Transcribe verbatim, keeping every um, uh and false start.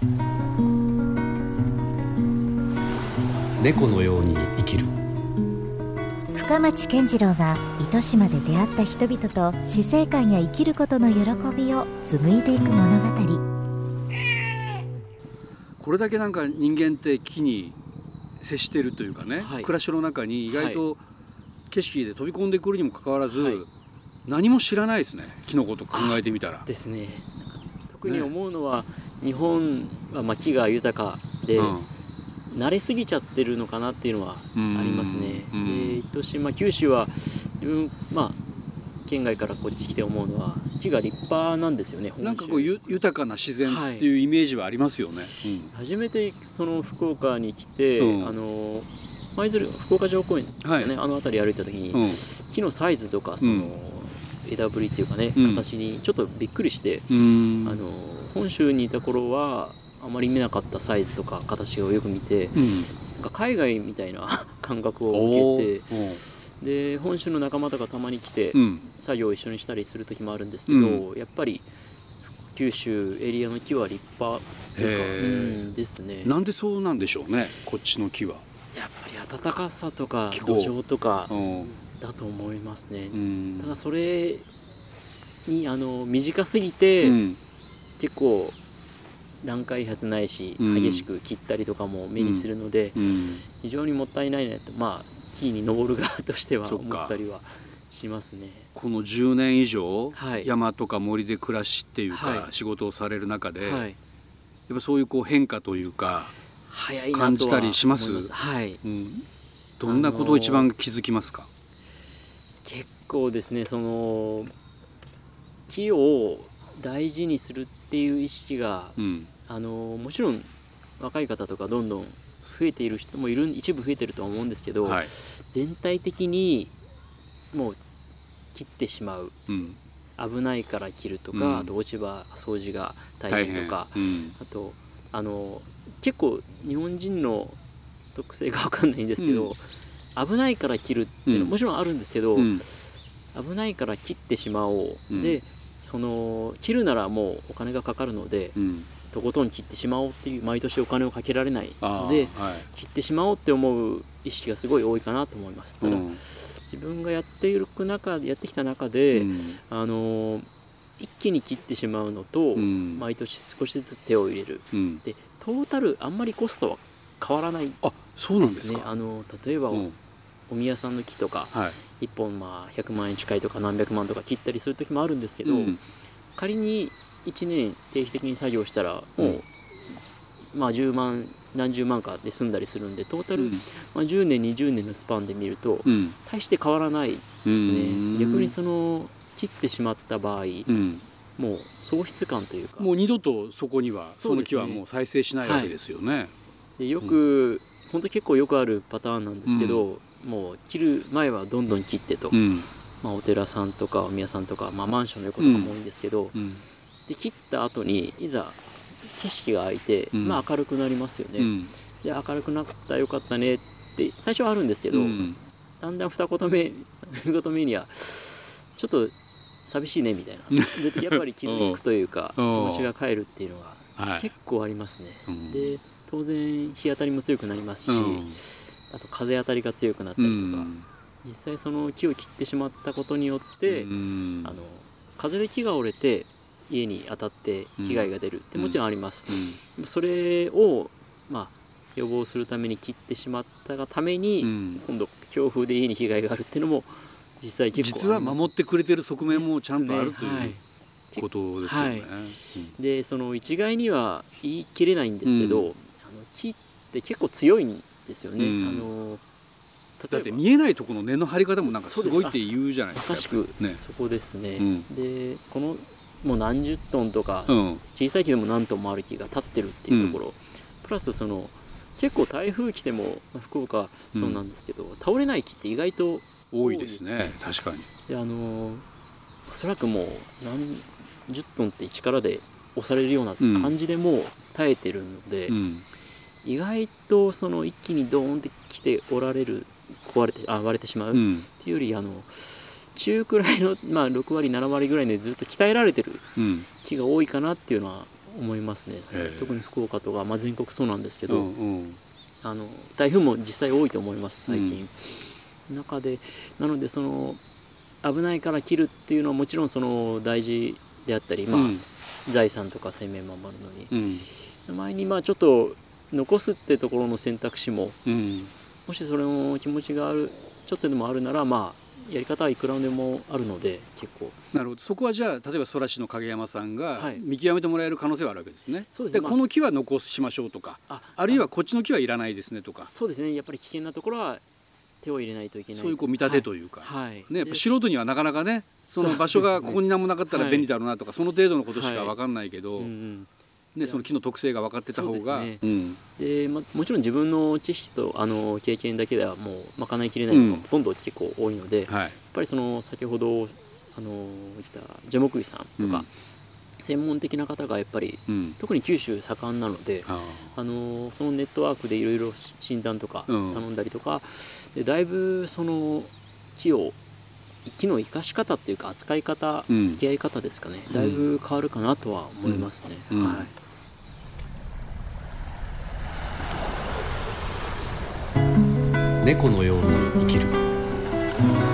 猫のように生きる。 深町健次郎が糸島で出会った人々と死生観や生きることの喜びを紡いでいく物語。 これだけなんか人間って木に接しているというかね、はい、暮らしの中に意外と景色で飛び込んでくるにもかかわらず、はい、何も知らないですね、木のこと考えてみたらですね。特に思うのは、ね、日本はまあ木が豊かで、うん、慣れすぎちゃってるのかなっていうのはありますね。で、糸島、九州は自分、まあ、県外からこっち来て思うのは木が立派なんですよね。 なんかこう豊かな自然っていうイメージはありますよね。はい、 うん、初めてその福岡に来て、うん、あの舞鶴福岡城公園ですよね、はい、あの辺り歩いた時に、うん、木のサイズとかその、うん、枝ぶりっていうかね、うん、形にちょっとびっくりして、うん、あの本州にいた頃はあまり見なかったサイズとか形をよく見て、うん、なんか海外みたいな感覚を受けて、で本州の仲間とかたまに来て、うん、作業を一緒にしたりする時もあるんですけど、うん、やっぱり九州エリアの木は立派というか、うん、ですね。 なんでそうなんでしょうね、こっちの木は。 やっぱり暖かさとか土壌とかだと思いますね。うん、ただそれにあの短すぎて、うん、結構段階発ないし、うん、激しく切ったりとかも目にするので、うんうん、非常にもったいないなと、まあ木に登る側としては思ったりはしますね。 このじゅうねん以上、はい、山とか森で暮らしっていうか、はい、仕事をされる中で、はい、やっぱそういうこう変化というか早いなとは感じたりします？ はい、 うん、どんなことを一番気づきますか？ 結構ですね、その木を大事にするっていう意識が、うん、あのもちろん若い方とかどんどん増えている人もいる、一部増えてるとは思うんですけど、はい、全体的にもう切ってしまう、うん、危ないから切るとか、うん、あと落ち葉掃除が大変とか、うん、あとあの結構日本人の特性が分かんないんですけど、うん、危ないから切るっていうのはもちろんあるんですけど、うん、危ないから切ってしまおう、うん、でその切るならもうお金がかかるので、うん、とことん切ってしまおうっていう、毎年お金をかけられないので、はい、切ってしまおうって思う意識がすごい多いかなと思います。ただ、うん、自分がやっていく中やってきた中で、うん、あの一気に切ってしまうのと、うん、毎年少しずつ手を入れる、うん、でトータルあんまりコストは変わらないですね。 あ、そうなんですか。 あの例えば、うん、お宮さんの木とか、はい、いっぽんまあひゃくまんえん近いとか何百万とか切ったりする時もあるんですけど、うん、仮にいちねん定期的に作業したらもう、うん、まあじゅうまん何十万かで済んだりするんで、トータル、うん、まあ、じゅうねんにじゅうねんのスパンで見ると、うん、大して変わらないですね。逆にその切ってしまった場合、うん、もう喪失感というか、 もう二度とそこには そ,、ね、その木はもう再生しないわけですよね。はい、 でよく、うん、本当結構よくあるパターンなんですけど、うん、もう切る前はどんどん切ってと、うん、まあ、お寺さんとかお宮さんとか、まあ、マンションの横とかも多いんですけど、うん、で切った後にいざ景色が開いて、うん、まあ、明るくなりますよね。うん、で明るくなったよかったねって最初はあるんですけど、うん、だんだん二言目三言目にはちょっと寂しいねみたいなでやっぱり気づくというか気持ちが帰るっていうのが結構ありますね。はい、で当然日当たりも強くなりますし、うん、あと風当たりが強くなったりとか、うん、実際その木を切ってしまったことによって、うん、あの風で木が折れて家に当たって被害が出るってもちろんあります。うん、それを、まあ、予防するために切ってしまったがために、うん、今度強風で家に被害があるっていうのも実際結構あります。 実は守ってくれてる側面もちゃんとあるという、はい、ことですよね。はい、うん、でその一概には言い切れないんですけど、うん、あの木って結構強いんですよね。うん、あのだって見えないところの根の張り方もなんかすごいって言うじゃないですか。 まさしく、ね、そこですね。うん、でこのもう何十トンとか、うん、小さい木でも何トンもある木が立ってるっていうところ、うん、プラスその結構台風来ても、まあ、福岡そうなんですけど、うん、倒れない木って意外と多いですね。確かに。 であのおそらくもう何十トンって力で押されるような感じでもう耐えてるので、うん、意外とその一気にドーンって来ておられる壊れてあ割れてしまうっていうより、あの中くらいの、まあ、ろくわりななわりぐらいでずっと鍛えられてる木が多いかなっていうのは思いますね。特に福岡とか、まあ、全国そうなんですけど、うんうん、あの台風も実際多いと思います最近、うん、中でなのでその危ないから切るっていうのはもちろんその大事であったり、まあうん、財産とか生命守るのに、うん、前にまあちょっと残すってところの選択肢も、うん、もしそれの気持ちがあるちょっとでもあるならまあやり方はいくらでもあるので結構なるほど。そこはじゃあ例えば空師の影山さんが見極めてもらえる可能性はあるわけですね、はい、そうですね。で、まあ、この木は残しましょうとか あ, あるいはこっちの木はいらないですねとか。 そうですね。やっぱり危険なところは手を入れないといけない。 そういうこう見立てというか、はいね、やっぱ素人にはなかなかねその場所がここに何もなかったら便利だろうなとか、はい、その程度のことしか分かんないけど、はい、うんうんね、その木の特性が分かってた方が、ねうんでま、もちろん自分の知識とあの経験だけではもう賄いきれないのがほとんど結構多いので、うんはい、やっぱりその先ほどあの言った樹木医さんとか、うん、専門的な方がやっぱり、うん、特に九州盛んなので、ああのそのネットワークでいろいろ診断とか頼んだりとか、うん、でだいぶその木を木の生かし方っていうか扱い方、うん、付き合い方ですかね、だいぶ変わるかなとは思いますね、うんうんはい猫のように生きる。